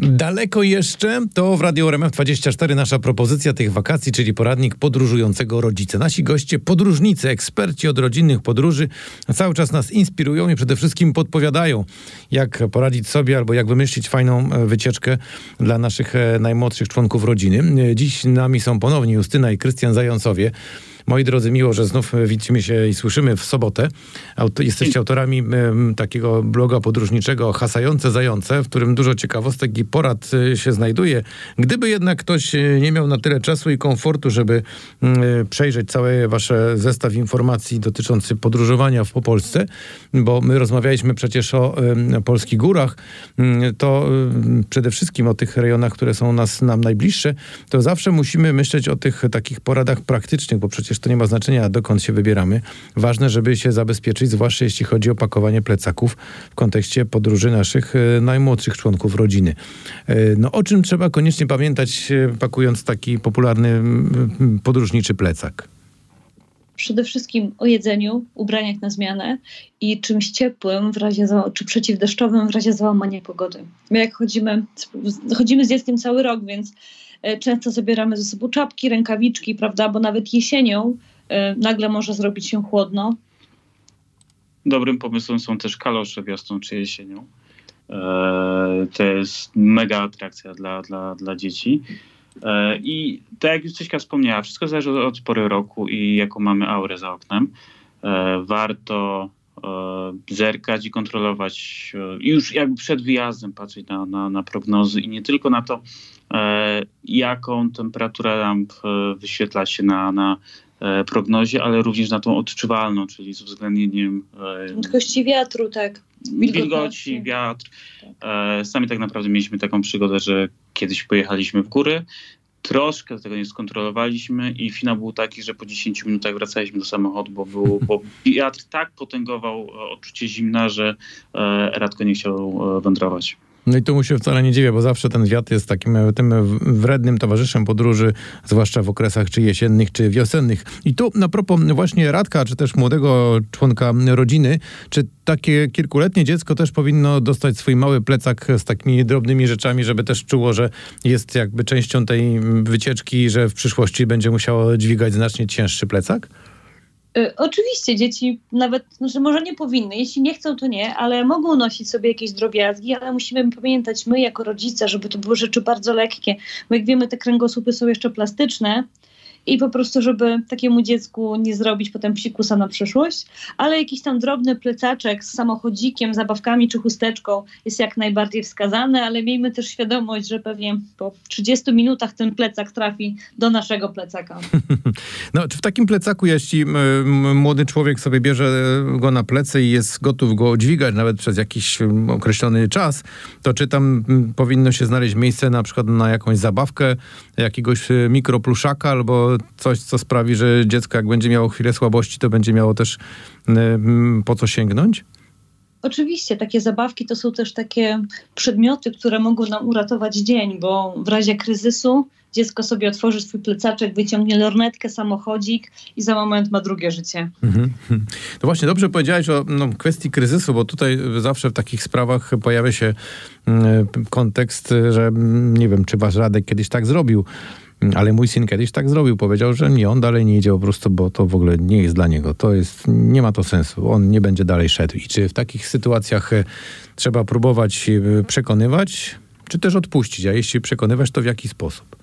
Daleko jeszcze? To w Radio RMF24 nasza propozycja tych wakacji, czyli poradnik podróżującego rodzica. Nasi goście, podróżnicy, eksperci od rodzinnych podróży cały czas nas inspirują i przede wszystkim podpowiadają, jak poradzić sobie albo jak wymyślić fajną wycieczkę dla naszych najmłodszych członków rodziny. Dziś z nami są ponownie Justyna i Krystian Zającowie. Moi drodzy, miło, że znów widzimy się i słyszymy w sobotę. Jesteście autorami takiego bloga podróżniczego Hasające Zające, w którym dużo ciekawostek i porad się znajduje. Gdyby jednak ktoś nie miał na tyle czasu i komfortu, żeby przejrzeć cały wasz zestaw informacji dotyczący podróżowania po Polsce, bo my rozmawialiśmy przecież o polskich górach, to przede wszystkim o tych rejonach, które są nam najbliższe, to zawsze musimy myśleć o tych takich poradach praktycznych, bo przecież to nie ma znaczenia, dokąd się wybieramy. Ważne, żeby się zabezpieczyć, zwłaszcza jeśli chodzi o pakowanie plecaków w kontekście podróży naszych najmłodszych członków rodziny. No o czym trzeba koniecznie pamiętać, pakując taki popularny podróżniczy plecak? Przede wszystkim o jedzeniu, ubraniach na zmianę i czymś ciepłym czy przeciwdeszczowym w razie załamania pogody. My jak chodzimy z dzieckiem cały rok, więc często zabieramy ze sobą czapki, rękawiczki, prawda, bo nawet jesienią nagle może zrobić się chłodno. Dobrym pomysłem są też kalosze wiosną czy jesienią. To jest mega atrakcja dla dzieci. I tak jak Justyśka wspomniała, wszystko zależy od pory roku i jaką mamy aurę za oknem. Warto zerkać i kontrolować już jakby przed wyjazdem, patrzeć na prognozy i nie tylko na to, jaką temperaturę lamp wyświetla się na prognozie, ale również na tą odczuwalną, czyli z uwzględnieniem prędkości wiatru, tak. Wilgoci, wiatr. Sami tak naprawdę mieliśmy taką przygodę, że kiedyś pojechaliśmy w góry, troszkę tego nie skontrolowaliśmy i finał był taki, że po 10 minutach wracaliśmy do samochodu, bo wiatr tak potęgował odczucie zimna, że Radko nie chciał wędrować. No i tu mu się wcale nie dziwię, bo zawsze ten wiatr jest takim tym wrednym towarzyszem podróży, zwłaszcza w okresach czy jesiennych, czy wiosennych. I tu na propos właśnie Radka, czy też młodego członka rodziny, czy takie kilkuletnie dziecko też powinno dostać swój mały plecak z takimi drobnymi rzeczami, żeby też czuło, że jest jakby częścią tej wycieczki, że w przyszłości będzie musiało dźwigać znacznie cięższy plecak? Oczywiście dzieci nawet, może nie powinny, jeśli nie chcą, to nie, ale mogą nosić sobie jakieś drobiazgi, ale musimy pamiętać my jako rodzice, żeby to były rzeczy bardzo lekkie, bo jak wiemy, te kręgosłupy są jeszcze plastyczne i po prostu, żeby takiemu dziecku nie zrobić potem psikusa na przyszłość, ale jakiś tam drobny plecaczek z samochodzikiem, zabawkami czy chusteczką jest jak najbardziej wskazany, ale miejmy też świadomość, że pewnie po 30 minutach ten plecak trafi do naszego plecaka. No, czy w takim plecaku, jeśli młody człowiek sobie bierze go na plecy i jest gotów go dźwigać nawet przez jakiś określony czas, to czy tam powinno się znaleźć miejsce na przykład na jakąś zabawkę, jakiegoś mikropluszaka albo coś, co sprawi, że dziecko jak będzie miało chwilę słabości, to będzie miało też po co sięgnąć? Oczywiście, takie zabawki to są też takie przedmioty, które mogą nam uratować dzień, bo w razie kryzysu dziecko sobie otworzy swój plecaczek, wyciągnie lornetkę, samochodzik i za moment ma drugie życie. To właśnie dobrze powiedziałeś o kwestii kryzysu, bo tutaj zawsze w takich sprawach pojawia się kontekst, że nie wiem, czy wasz Radek kiedyś tak zrobił, ale mój syn kiedyś tak zrobił. Powiedział, że nie, on dalej nie idzie po prostu, bo to w ogóle nie jest dla niego. Nie ma to sensu. On nie będzie dalej szedł. I czy w takich sytuacjach trzeba próbować przekonywać, czy też odpuścić? A jeśli przekonywać, to w jaki sposób?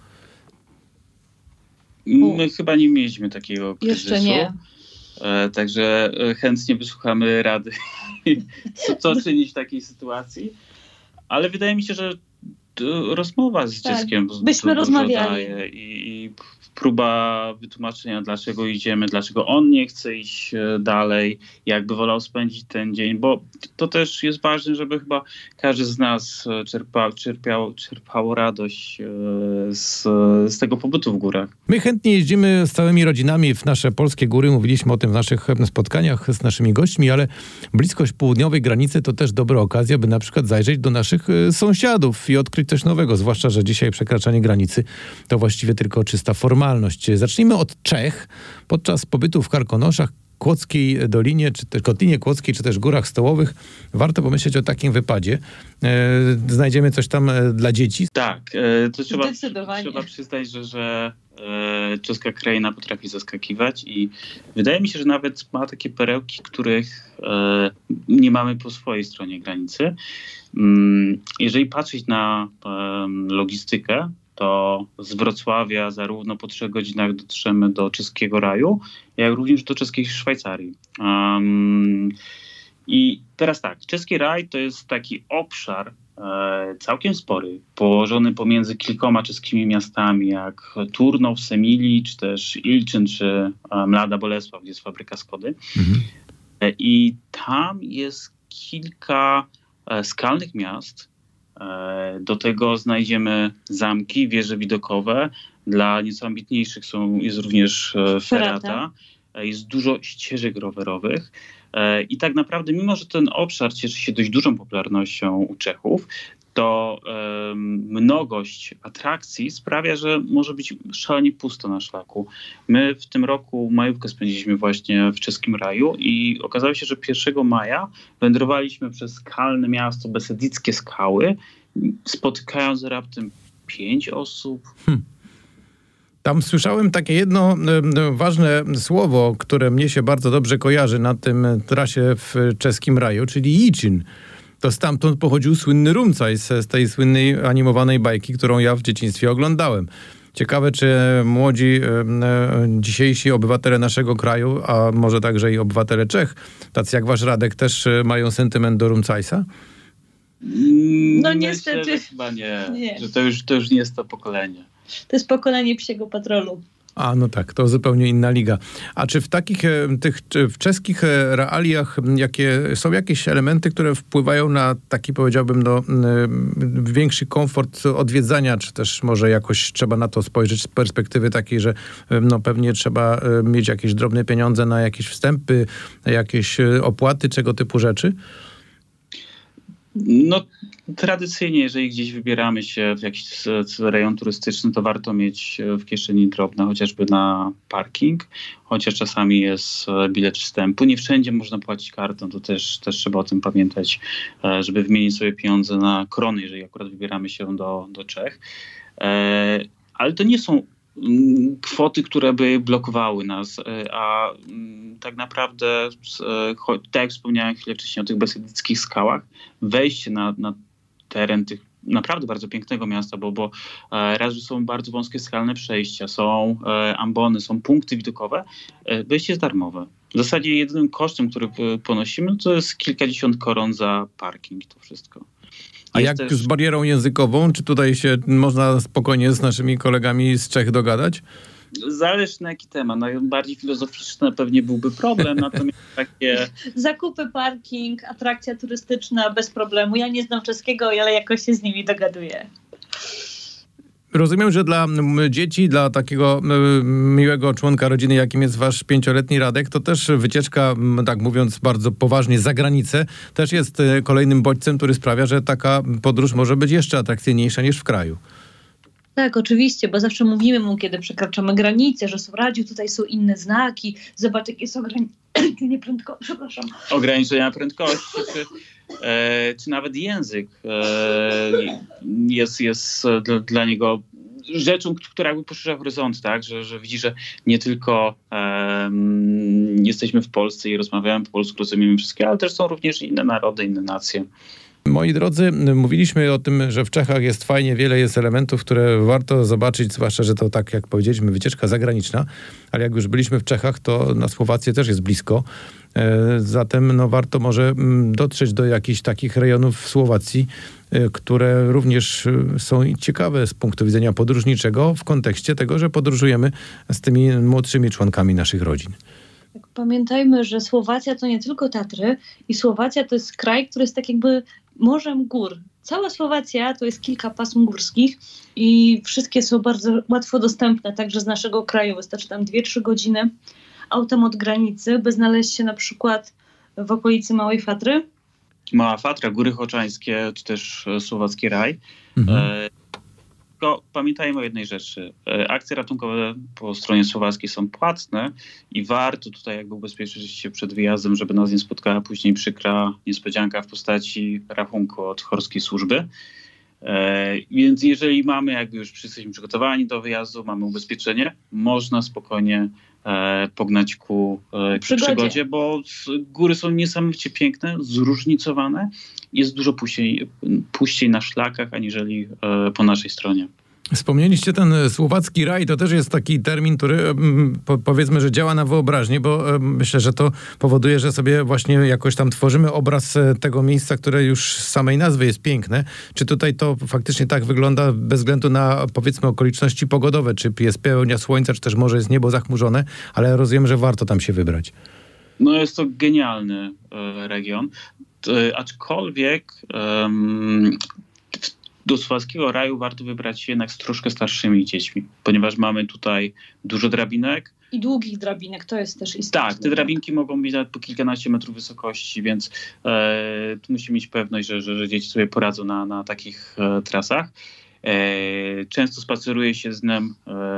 My chyba nie mieliśmy takiego kryzysu. Jeszcze nie. Także chętnie wysłuchamy rady, co czynić w takiej sytuacji. Ale wydaje mi się, że rozmowa z dzieckiem byśmy rozmawiali i próba wytłumaczenia, dlaczego idziemy, dlaczego on nie chce iść dalej, jakby wolał spędzić ten dzień, bo to też jest ważne, żeby chyba każdy z nas czerpał radość z tego pobytu w górach. My chętnie jeździmy z całymi rodzinami w nasze polskie góry, mówiliśmy o tym w naszych spotkaniach z naszymi gośćmi, ale bliskość południowej granicy to też dobra okazja, by na przykład zajrzeć do naszych sąsiadów i odkryć coś nowego, zwłaszcza, że dzisiaj przekraczanie granicy to właściwie tylko czysta formalność. Zacznijmy od Czech. Podczas pobytu w Karkonoszach Kłodzkiej Dolinie, czy też Kotlinie Kłodzkiej, czy też Górach Stołowych, warto pomyśleć o takim wypadzie. Znajdziemy coś tam dla dzieci? Tak, to Zdecydowanie. trzeba przyznać, że czeska kraina potrafi zaskakiwać i wydaje mi się, że nawet ma takie perełki, których nie mamy po swojej stronie granicy. Jeżeli patrzeć na logistykę, to z Wrocławia zarówno po 3 godzinach dotrzemy do czeskiego raju, jak również do czeskiej Szwajcarii. I teraz tak, czeski raj to jest taki obszar całkiem spory, położony pomiędzy kilkoma czeskimi miastami, jak Turnow, Semili, czy też Ilczyn, czy Mlada Bolesław, gdzie jest fabryka Skody. I tam jest kilka skalnych miast. Do tego znajdziemy zamki, wieże widokowe. Dla nieco ambitniejszych jest również ferata. Jest dużo ścieżek rowerowych. I tak naprawdę, mimo że ten obszar cieszy się dość dużą popularnością u Czechów, to mnogość atrakcji sprawia, że może być szalenie pusto na szlaku. My w tym roku majówkę spędziliśmy właśnie w czeskim raju i okazało się, że 1 maja wędrowaliśmy przez skalne miasto, Besedyckie Skały, spotykając raptem 5 osób. Tam słyszałem takie jedno ważne słowo, które mnie się bardzo dobrze kojarzy na tym trasie w czeskim raju, czyli Jičín. To stamtąd pochodził słynny Rumcaj z tej słynnej animowanej bajki, którą ja w dzieciństwie oglądałem. Ciekawe, czy młodzi dzisiejsi obywatele naszego kraju, a może także i obywatele Czech, tacy jak wasz Radek, też mają sentyment do Rumcajsa? No niestety. Myślę, że chyba nie. Że to już nie jest to pokolenie. To jest pokolenie Psiego Patrolu. A, no tak, to zupełnie inna liga. A czy w takich, w czeskich realiach są jakieś elementy, które wpływają na taki, powiedziałbym, większy komfort odwiedzania, czy też może jakoś trzeba na to spojrzeć z perspektywy takiej, że pewnie trzeba mieć jakieś drobne pieniądze na jakieś wstępy, jakieś opłaty, czego typu rzeczy? No, tradycyjnie, jeżeli gdzieś wybieramy się w jakiś rejon turystyczny, to warto mieć w kieszeni drobne, chociażby na parking, chociaż czasami jest bilet wstępu. Nie wszędzie można płacić kartą, to też trzeba o tym pamiętać, żeby wymienić sobie pieniądze na korony, jeżeli akurat wybieramy się do Czech. Ale to nie są kwoty, które by blokowały nas, a tak naprawdę, tak jak wspomniałem chwilę wcześniej o tych besedyckich skałach, wejście na teren tych naprawdę bardzo pięknego miasta, bo raz, że są bardzo wąskie skalne przejścia, są ambony, są punkty widokowe, wejście jest darmowe. W zasadzie jedynym kosztem, który ponosimy, to jest kilkadziesiąt koron za parking, to wszystko. A jak z barierą językową? Czy tutaj się można spokojnie z naszymi kolegami z Czech dogadać? Zależy na jaki temat. Najbardziej filozoficzny pewnie byłby problem, natomiast takie... Zakupy, parking, atrakcja turystyczna bez problemu. Ja nie znam czeskiego, ale jakoś się z nimi dogaduję. Rozumiem, że dla dzieci, dla takiego miłego członka rodziny, jakim jest wasz 5-letni Radek, to też wycieczka, tak mówiąc bardzo poważnie, za granicę, też jest kolejnym bodźcem, który sprawia, że taka podróż może być jeszcze atrakcyjniejsza niż w kraju. Tak, oczywiście, bo zawsze mówimy mu, kiedy przekraczamy granicę, że Radziu, tutaj są inne znaki, zobacz, jakie są ograniczenia prędkości, czy nawet język jest dla niego rzeczą, która jakby poszerza horyzont, tak? Że widzi, że nie tylko jesteśmy w Polsce i rozmawiamy po polsku, rozumiemy wszystkie, ale też są również inne narody, inne nacje. Moi drodzy, mówiliśmy o tym, że w Czechach jest fajnie, wiele jest elementów, które warto zobaczyć, zwłaszcza, że to tak jak powiedzieliśmy, wycieczka zagraniczna, ale jak już byliśmy w Czechach, to na Słowację też jest blisko. Zatem warto może dotrzeć do jakichś takich rejonów w Słowacji, które również są ciekawe z punktu widzenia podróżniczego w kontekście tego, że podróżujemy z tymi młodszymi członkami naszych rodzin. Pamiętajmy, że Słowacja to nie tylko Tatry i Słowacja to jest kraj, który jest tak jakby morzem gór. Cała Słowacja to jest kilka pasm górskich i wszystkie są bardzo łatwo dostępne, także z naszego kraju. Wystarczy tam 2-3 godziny autem od granicy, by znaleźć się na przykład w okolicy Małej Fatry. Mała Fatra, Góry Choczańskie, czy też Słowacki Raj. Mhm. Tylko pamiętajmy o jednej rzeczy. Akcje ratunkowe po stronie słowackiej są płatne i warto tutaj jakby ubezpieczyć się przed wyjazdem, żeby nas nie spotkała później przykra niespodzianka w postaci rachunku od chorskiej służby. Więc jeżeli mamy jakby już jesteśmy przygotowani do wyjazdu, mamy ubezpieczenie, można spokojnie pognać ku przygodzie, bo góry są niesamowicie piękne, zróżnicowane. Jest dużo puściej na szlakach, aniżeli po naszej stronie. Wspomnieliście ten słowacki raj, to też jest taki termin, który powiedzmy, że działa na wyobraźnię, bo myślę, że to powoduje, że sobie właśnie jakoś tam tworzymy obraz tego miejsca, które już z samej nazwy jest piękne. Czy tutaj to faktycznie tak wygląda bez względu na, powiedzmy, okoliczności pogodowe, czy jest pełnia słońca, czy też może jest niebo zachmurzone, ale rozumiem, że warto tam się wybrać. No jest to genialny region, aczkolwiek do Słowackiego Raju warto wybrać się jednak z troszkę starszymi dziećmi, ponieważ mamy tutaj dużo drabinek. I długich drabinek, to jest też istotne. Tak, te drabinki mogą być nawet po kilkanaście metrów wysokości, więc tu musimy mieć pewność, że dzieci sobie poradzą na takich trasach. Często spaceruje się z dnem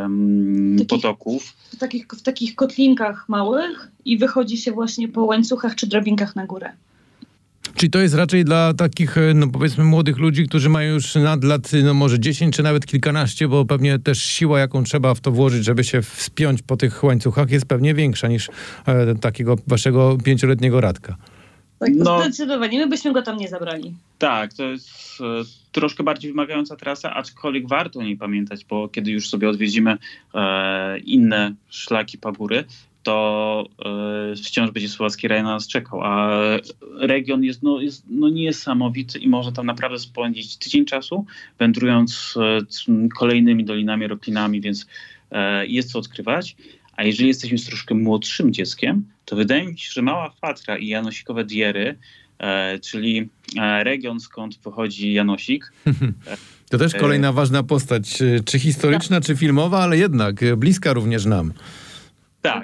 potoków. W takich kotlinkach małych i wychodzi się właśnie po łańcuchach czy drabinkach na górę. Czyli to jest raczej dla takich, no powiedzmy, młodych ludzi, którzy mają już nad lat, no może 10 czy nawet kilkanaście, bo pewnie też siła, jaką trzeba w to włożyć, żeby się wspiąć po tych łańcuchach, jest pewnie większa niż takiego waszego 5-letniego Radka. Tak, zdecydowanie. My byśmy go tam nie zabrali. Tak, to jest troszkę bardziej wymagająca trasa, aczkolwiek warto o niej pamiętać, bo kiedy już sobie odwiedzimy inne szlaki pagóry, to wciąż będzie Słowacki Raj na nas czekał, a region jest niesamowity i można tam naprawdę spędzić tydzień czasu, wędrując kolejnymi dolinami, roklinami, więc jest co odkrywać. A jeżeli jesteśmy z troszkę młodszym dzieckiem, to wydaje mi się, że Mała Fatra i Janosikowe Diery, czyli region, skąd pochodzi Janosik. To też kolejna ważna postać, czy historyczna, czy filmowa, ale jednak bliska również nam. Tak.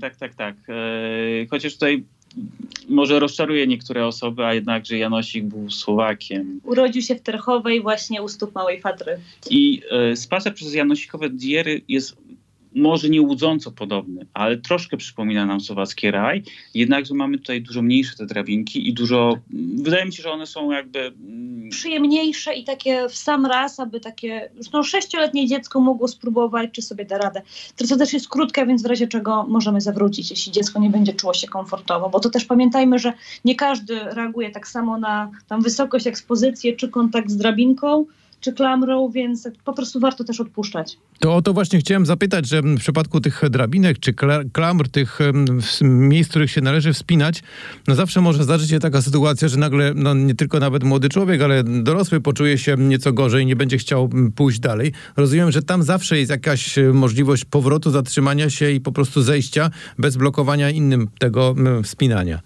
Chociaż tutaj może rozczaruje niektóre osoby, a jednakże Janosik był Słowakiem. Urodził się w Terchowej, właśnie u stóp Małej Fatry. I spacer przez Janosikowe Diery jest może nie łudząco podobny, ale troszkę przypomina nam Słowacki Raj. Jednakże mamy tutaj dużo mniejsze te drabinki i dużo... Wydaje mi się, że one są jakby... przyjemniejsze i takie w sam raz, aby takie 6-letnie dziecko mogło spróbować, czy sobie da radę. Trasa też jest krótka, więc w razie czego możemy zawrócić, jeśli dziecko nie będzie czuło się komfortowo, bo to też pamiętajmy, że nie każdy reaguje tak samo na tam wysokość, ekspozycję, czy kontakt z drabinką, czy klamrą, więc po prostu warto też odpuszczać. To o to właśnie chciałem zapytać, że w przypadku tych drabinek czy klamr, tych miejsc, w których się należy wspinać, no zawsze może zdarzyć się taka sytuacja, że nagle, no nie tylko nawet młody człowiek, ale dorosły poczuje się nieco gorzej, nie będzie chciał pójść dalej. Rozumiem, że tam zawsze jest jakaś możliwość powrotu, zatrzymania się i po prostu zejścia bez blokowania innym tego wspinania.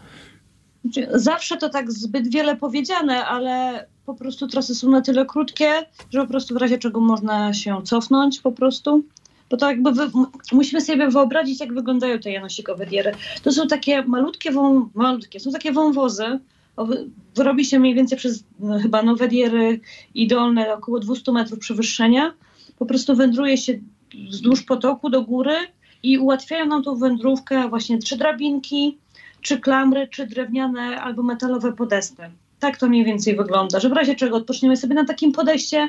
Zawsze to tak zbyt wiele powiedziane, ale po prostu trasy są na tyle krótkie, że po prostu w razie czego można się cofnąć po prostu. Bo to jakby musimy sobie wyobrazić, jak wyglądają te janosikowe diery. To są takie malutkie, są takie wąwozy. Robi się mniej więcej przez chyba Nowe Diery i Dolne około 200 metrów przewyższenia. Po prostu wędruje się wzdłuż potoku do góry i ułatwiają nam tą wędrówkę właśnie 3 drabinki, czy klamry, czy drewniane albo metalowe podesty. Tak to mniej więcej wygląda, że w razie czego odpoczniemy sobie na takim podejście,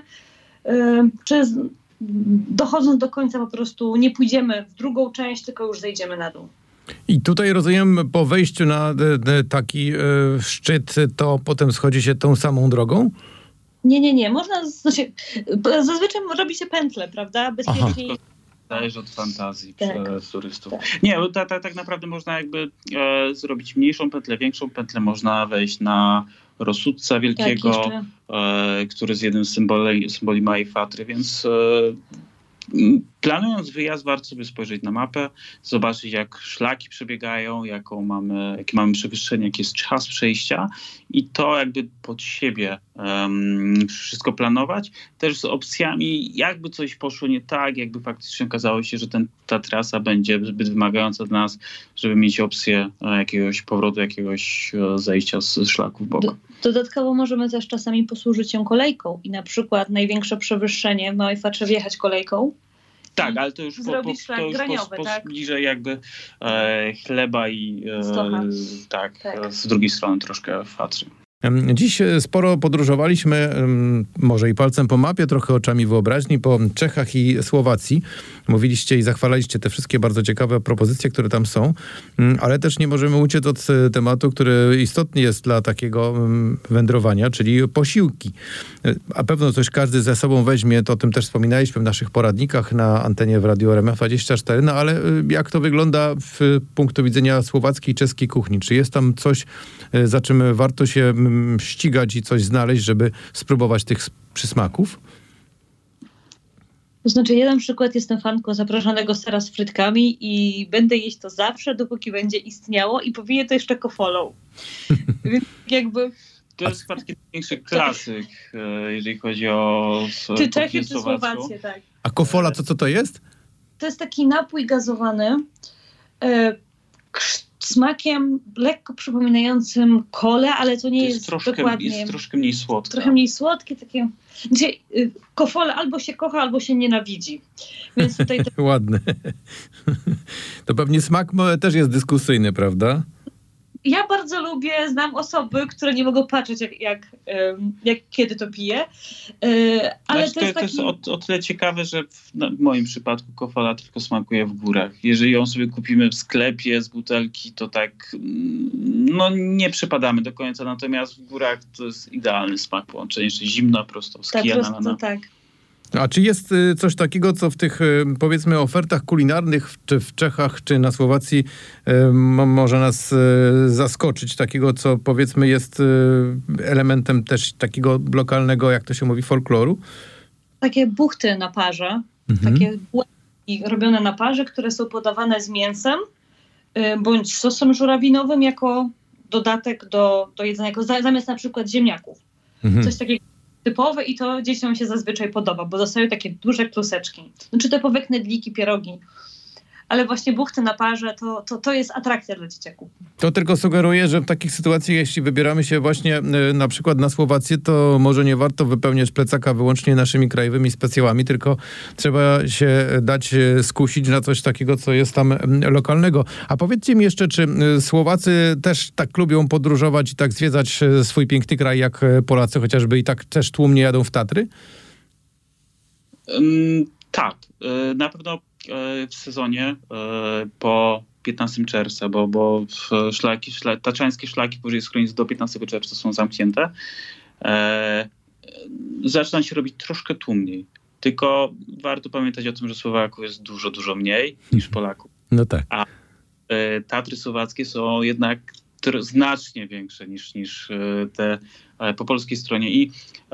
czy dochodząc do końca po prostu nie pójdziemy w drugą część, tylko już zejdziemy na dół. I tutaj rozumiem, po wejściu na taki szczyt, to potem schodzi się tą samą drogą? Nie. Można, zazwyczaj robi się pętlę, prawda? Bezpieczniej. Aha. Zależy od fantazji turystów. Tak. Nie, tak naprawdę można jakby zrobić mniejszą pętlę, większą pętlę. Można wejść na Rosudca Wielkiego, który jest jednym z symboli Małej Fatry, więc Planując wyjazd, warto sobie spojrzeć na mapę, zobaczyć, jak szlaki przebiegają, jakie mamy przewyższenie, jaki jest czas przejścia i to jakby pod siebie wszystko planować. Też z opcjami, jakby coś poszło nie tak, jakby faktycznie okazało się, że ta trasa będzie zbyt wymagająca dla nas, żeby mieć opcję jakiegoś powrotu, jakiegoś zejścia z szlaku w bok. Dodatkowo możemy też czasami posłużyć się kolejką i na przykład największe przewyższenie w Małej Fatrze wjechać kolejką. Tak, ale to już zrobić szlak graniowy, tak? bliżej jakby chleba i Tak. z drugiej strony troszkę Fatry. Dziś sporo podróżowaliśmy, może i palcem po mapie, trochę oczami wyobraźni, po Czechach i Słowacji. Mówiliście i zachwalaliście te wszystkie bardzo ciekawe propozycje, które tam są, ale też nie możemy uciec od tematu, który istotny jest dla takiego wędrowania, czyli posiłki. A pewno coś każdy ze sobą weźmie, to o tym też wspominaliśmy w naszych poradnikach na antenie w Radiu RMF24, no ale jak to wygląda z punktu widzenia słowackiej, czeskiej kuchni? Czy jest tam coś, za czym warto się ścigać i coś znaleźć, żeby spróbować tych przysmaków? To znaczy, jeden przykład, jestem fanką zaprażonego sera z frytkami i będę jeść to zawsze, dopóki będzie istniało i powiję to jeszcze kofolą. Więc jakby... To jest taki największy klasyk, jeżeli chodzi o czy Czechy, czy Słowację, tak. A kofola, co to jest? To jest taki napój gazowany, smakiem lekko przypominającym kolę, ale to nie jest dokładnie... Jest troszkę mniej słodkie. Trochę mniej słodkie, takie... Gdzie kofolę albo się kocha, albo się nienawidzi. Więc tutaj... Ładne. To pewnie smak też jest dyskusyjny, prawda? Ja bardzo lubię, znam osoby, które nie mogą patrzeć, jak kiedy to piję, ale znaczy, to jest o tyle ciekawe, że w moim przypadku kofola tylko smakuje w górach. Jeżeli ją sobie kupimy w sklepie z butelki, to tak nie przypadamy do końca, natomiast w górach to jest idealny smak, połączenie jeszcze zimno, prosto z kijana. Tak. A czy jest coś takiego, co w tych, powiedzmy, ofertach kulinarnych, czy w Czechach, czy na Słowacji może nas zaskoczyć? Takiego, co powiedzmy jest elementem też takiego lokalnego, jak to się mówi, folkloru? Takie buchty na parze, takie bułki robione na parze, które są podawane z mięsem, bądź sosem żurawinowym jako dodatek do jedzenia, jako zamiast na przykład ziemniaków. Coś takiego typowe i to dzieciom się zazwyczaj podoba, bo dostają takie duże kluseczki. Czy typowe knedliki, pierogi. Ale właśnie buchty na parze to jest atrakcja dla dzieciaków. To tylko sugeruje, że w takich sytuacjach, jeśli wybieramy się właśnie na przykład na Słowację, to może nie warto wypełniać plecaka wyłącznie naszymi krajowymi specjałami, tylko trzeba się dać skusić na coś takiego, co jest tam lokalnego. A powiedzcie mi jeszcze, czy Słowacy też tak lubią podróżować i tak zwiedzać swój piękny kraj jak Polacy chociażby i tak też tłumnie jadą w Tatry? Tak. Na pewno w sezonie po 15 czerwca, bo taczańskie szlaki powyżej Schronic do 15 czerwca są zamknięte. Zaczyna się robić troszkę tłumniej. Tylko warto pamiętać o tym, że Słowaków jest dużo, dużo mniej niż Polaków. No tak. A Tatry słowackie są jednak znacznie większe niż te po polskiej stronie. I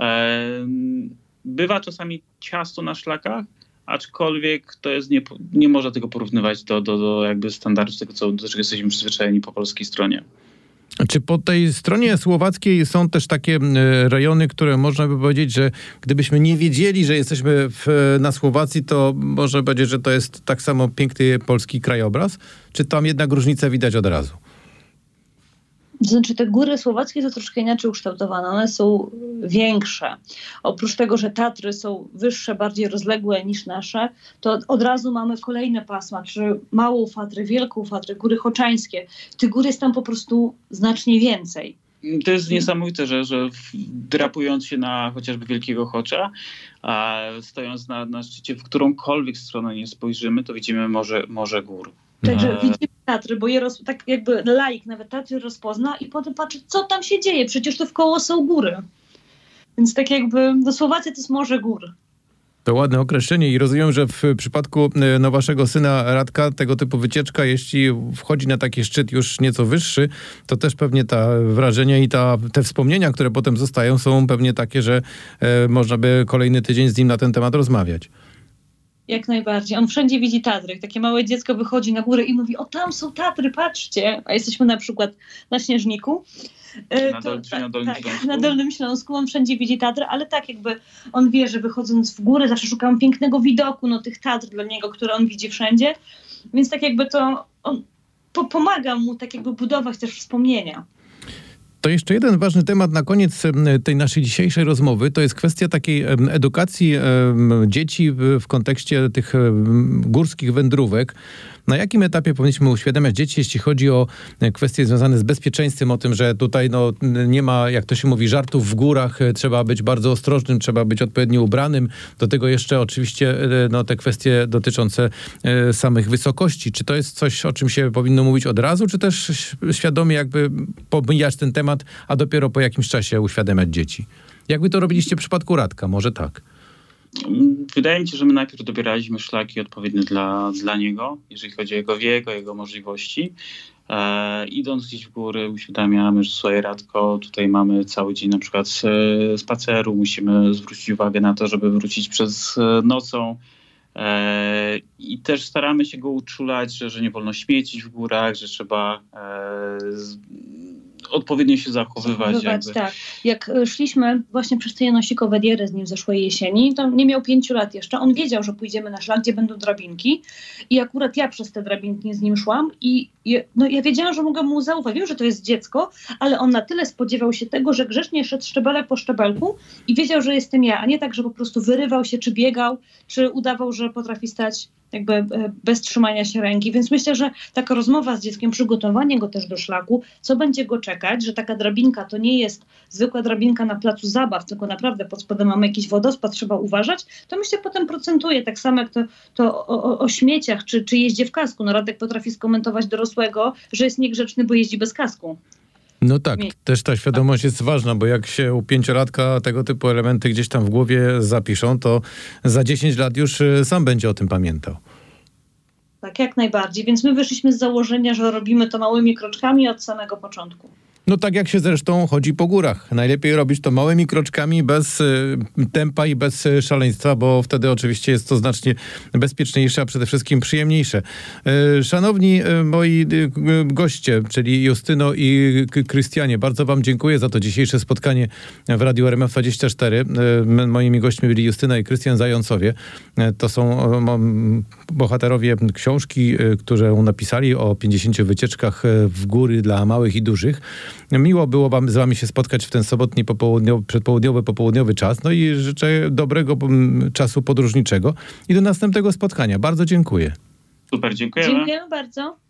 bywa czasami ciasto na szlakach, aczkolwiek to jest nie można tego porównywać do jakby standardów tego, do czego jesteśmy przyzwyczajeni po polskiej stronie. Czy po tej stronie słowackiej są też takie rejony, które można by powiedzieć, że gdybyśmy nie wiedzieli, że jesteśmy na Słowacji, to można powiedzieć, że to jest tak samo piękny polski krajobraz? Czy tam jednak różnicę widać od razu? Znaczy te góry słowackie to troszkę inaczej ukształtowane. One są większe. Oprócz tego, że Tatry są wyższe, bardziej rozległe niż nasze, to od razu mamy kolejne pasma, czy Małą Fatrę, Wielką Fatrę, góry choczańskie. Tych gór jest tam po prostu znacznie więcej. To jest niesamowite, że drapując się na chociażby Wielkiego Chocza, a stojąc na szczycie, w którąkolwiek stronę nie spojrzymy, to widzimy morze gór. Także widzimy Tatry, bo tak jakby laik nawet Tatry rozpozna i potem patrzy, co tam się dzieje, przecież to wkoło są góry. Więc tak jakby Słowacja to jest morze gór. To ładne określenie i rozumiem, że w przypadku waszego syna Radka tego typu wycieczka, jeśli wchodzi na taki szczyt już nieco wyższy, to też pewnie ta wrażenia i te wspomnienia, które potem zostają, są pewnie takie, że można by kolejny tydzień z nim na ten temat rozmawiać. Jak najbardziej. On wszędzie widzi Tatry. Jak takie małe dziecko wychodzi na górę i mówi, o tam są Tatry, patrzcie. A jesteśmy na przykład na Śnieżniku. Na Dolnym Śląsku. Na Dolnym Śląsku. On wszędzie widzi Tatry, ale tak jakby on wie, że wychodząc w górę zawsze szukam pięknego widoku, tych Tatr dla niego, które on widzi wszędzie. Więc tak jakby to on pomaga mu tak jakby budować też wspomnienia. To jeszcze jeden ważny temat na koniec tej naszej dzisiejszej rozmowy, to jest kwestia takiej edukacji dzieci w kontekście tych górskich wędrówek. Na jakim etapie powinniśmy uświadamiać dzieci, jeśli chodzi o kwestie związane z bezpieczeństwem, o tym, że tutaj nie ma, jak to się mówi, żartów w górach, trzeba być bardzo ostrożnym, trzeba być odpowiednio ubranym. Do tego jeszcze oczywiście te kwestie dotyczące samych wysokości. Czy to jest coś, o czym się powinno mówić od razu, czy też świadomie jakby pomijać ten temat, a dopiero po jakimś czasie uświadamiać dzieci? Jak wy to robiliście w przypadku Radka? Może tak? Wydaje mi się, że my najpierw dobieraliśmy szlaki odpowiednie dla niego, jeżeli chodzi o jego wiek, o jego możliwości. Idąc gdzieś w góry, uświadamiamy, że słuchaj Radko, tutaj mamy cały dzień na przykład spaceru, musimy zwrócić uwagę na to, żeby wrócić przez nocą. I też staramy się go uczulać, że nie wolno śmiecić w górach, że trzeba odpowiednio się zachowywać. Tak. Jak szliśmy właśnie przez te janosikowe diery z nim zeszłej jesieni, to nie miał 5 lat jeszcze. On wiedział, że pójdziemy na szlak, gdzie będą drabinki i akurat ja przez te drabinki z nim szłam i ja wiedziałam, że mogę mu zaufać. Wiem, że to jest dziecko, ale on na tyle spodziewał się tego, że grzecznie szedł szczebelek po szczebelku i wiedział, że jestem ja, a nie tak, że po prostu wyrywał się, czy biegał, czy udawał, że potrafi stać jakby bez trzymania się ręki. Więc myślę, że taka rozmowa z dzieckiem, przygotowanie go też do szlaku, co będzie go czekać, że taka drabinka to nie jest zwykła drabinka na placu zabaw, tylko naprawdę pod spodem mamy jakiś wodospad, trzeba uważać, to myślę potem procentuje. Tak samo jak to o śmieciach, czy jeździe w kasku. Radek potrafi skomentować dorosłego, że jest niegrzeczny, bo jeździ bez kasku. No tak, też ta świadomość jest ważna, bo jak się u 5-latka tego typu elementy gdzieś tam w głowie zapiszą, to za 10 lat już sam będzie o tym pamiętał. Tak, jak najbardziej. Więc my wyszliśmy z założenia, że robimy to małymi kroczkami od samego początku. No tak jak się zresztą chodzi po górach. Najlepiej robić to małymi kroczkami, bez tempa i bez szaleństwa, bo wtedy oczywiście jest to znacznie bezpieczniejsze, a przede wszystkim przyjemniejsze. Szanowni moi goście, czyli Justyno i Krystianie, bardzo wam dziękuję za to dzisiejsze spotkanie w Radiu RMF24. Moimi gośćmi byli Justyna i Krystian Zającowie. To są bohaterowie książki, którą napisali o 50 wycieczkach w góry dla małych i dużych. Miło było z wami się spotkać w ten sobotni przedpołudniowy, popołudniowy czas. No i życzę dobrego czasu podróżniczego i do następnego spotkania. Bardzo dziękuję. Super, dziękujemy. Dziękujemy bardzo.